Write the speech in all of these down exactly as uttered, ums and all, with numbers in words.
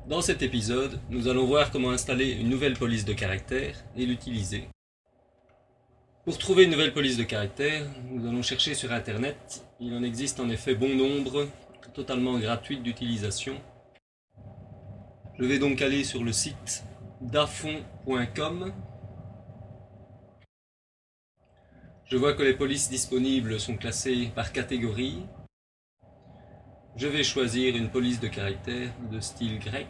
Dans cet épisode, nous allons voir comment installer une nouvelle police de caractère et l'utiliser. Pour trouver une nouvelle police de caractère, nous allons chercher sur internet. Il en existe en effet bon nombre, totalement gratuites d'utilisation. Je vais donc aller sur le site dafon point com. Je vois que les polices disponibles sont classées par catégorie. Je vais choisir une police de caractère de style grec.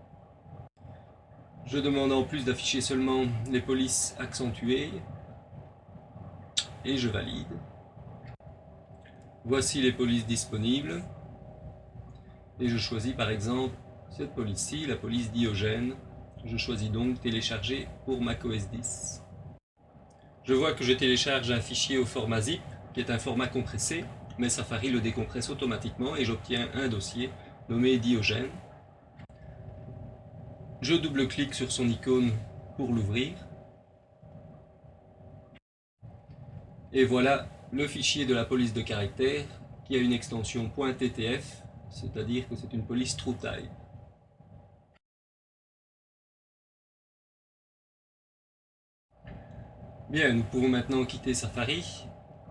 Je demande en plus d'afficher seulement les polices accentuées. Et je valide. Voici les polices disponibles. Et je choisis par exemple cette police-ci, la police Diogène. Je choisis donc télécharger pour macOS dix. Je vois que je télécharge un fichier au format zip, qui est un format compressé, mais Safari le décompresse automatiquement et j'obtiens un dossier nommé Diogène. Je double-clique sur son icône pour l'ouvrir. Et voilà le fichier de la police de caractère qui a une extension .ttf, c'est-à-dire que c'est une police TrueType. Bien, nous pouvons maintenant quitter Safari.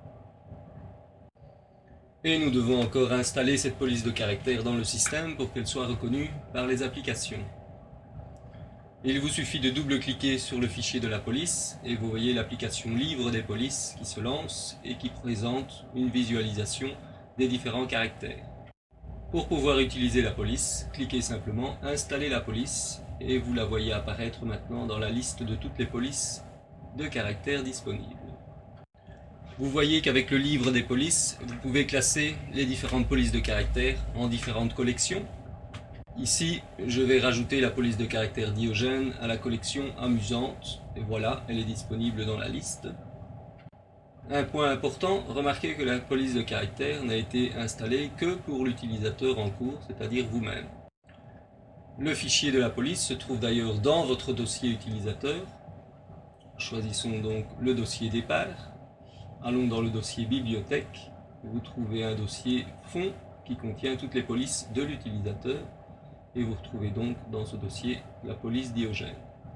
Et nous devons encore installer cette police de caractère dans le système pour qu'elle soit reconnue par les applications. Il vous suffit de double-cliquer sur le fichier de la police et vous voyez l'application Livre des polices qui se lance et qui présente une visualisation des différents caractères. Pour pouvoir utiliser la police, cliquez simplement Installer la police et vous la voyez apparaître maintenant dans la liste de toutes les polices de caractères disponibles. Vous voyez qu'avec le livre des polices, vous pouvez classer les différentes polices de caractères en différentes collections. Ici, je vais rajouter la police de caractère Diogène à la collection amusante, et voilà, elle est disponible dans la liste. Un point important, remarquez que la police de caractère n'a été installée que pour l'utilisateur en cours, c'est-à-dire vous-même. Le fichier de la police se trouve d'ailleurs dans votre dossier utilisateur. Choisissons donc le dossier départ. Allons dans le dossier bibliothèque. Vous trouvez un dossier fond qui contient toutes les polices de l'utilisateur. Et vous retrouvez donc dans ce dossier la police Diogène.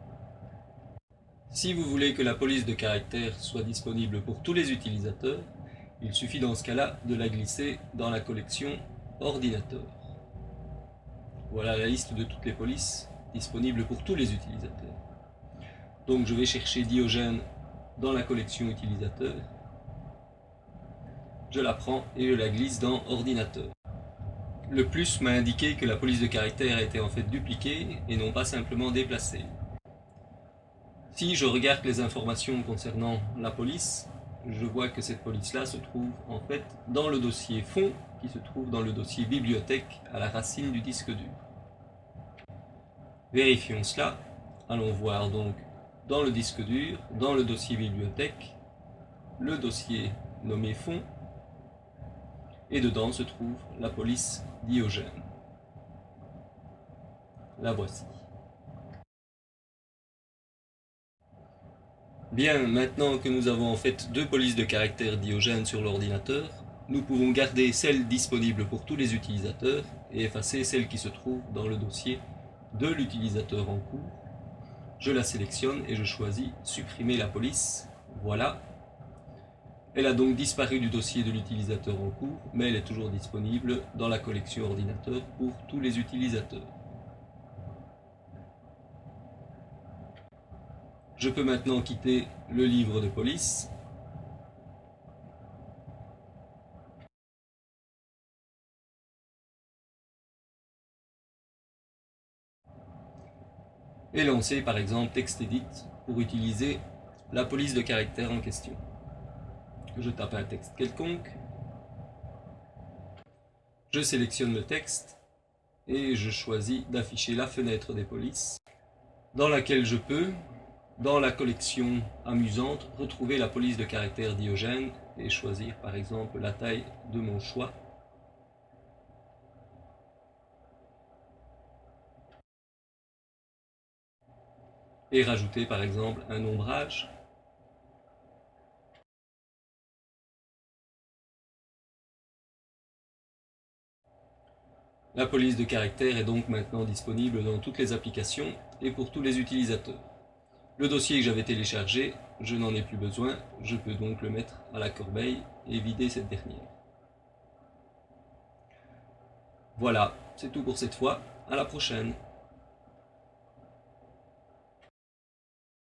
Si vous voulez que la police de caractère soit disponible pour tous les utilisateurs, il suffit dans ce cas-là de la glisser dans la collection ordinateur. Voilà la liste de toutes les polices disponibles pour tous les utilisateurs. Donc je vais chercher Diogène dans la collection utilisateur. Je la prends et je la glisse dans ordinateur. Le plus m'a indiqué que la police de caractère a été en fait dupliquée et non pas simplement déplacée. Si je regarde les informations concernant la police, je vois que cette police-là se trouve en fait dans le dossier fond qui se trouve dans le dossier bibliothèque à la racine du disque dur. Vérifions cela. Allons voir donc dans le disque dur, dans le dossier bibliothèque, le dossier nommé fond, et dedans se trouve la police Diogène. La voici. Bien, maintenant que nous avons en fait deux polices de caractère Diogène sur l'ordinateur, nous pouvons garder celle disponible pour tous les utilisateurs et effacer celle qui se trouve dans le dossier de l'utilisateur en cours. Je la sélectionne et je choisis supprimer la police. Voilà. Elle a donc disparu du dossier de l'utilisateur en cours, mais elle est toujours disponible dans la collection ordinateur pour tous les utilisateurs. Je peux maintenant quitter le livre de police. Et lancer par exemple TextEdit pour utiliser la police de caractère en question. Je tape un texte quelconque. Je sélectionne le texte et je choisis d'afficher la fenêtre des polices dans laquelle je peux, dans la collection amusante, retrouver la police de caractère Diogène et choisir par exemple la taille de mon choix. Et rajouter par exemple un ombrage. La police de caractère est donc maintenant disponible dans toutes les applications et pour tous les utilisateurs. Le dossier que j'avais téléchargé, je n'en ai plus besoin, je peux donc le mettre à la corbeille et vider cette dernière. Voilà, c'est tout pour cette fois, à la prochaine.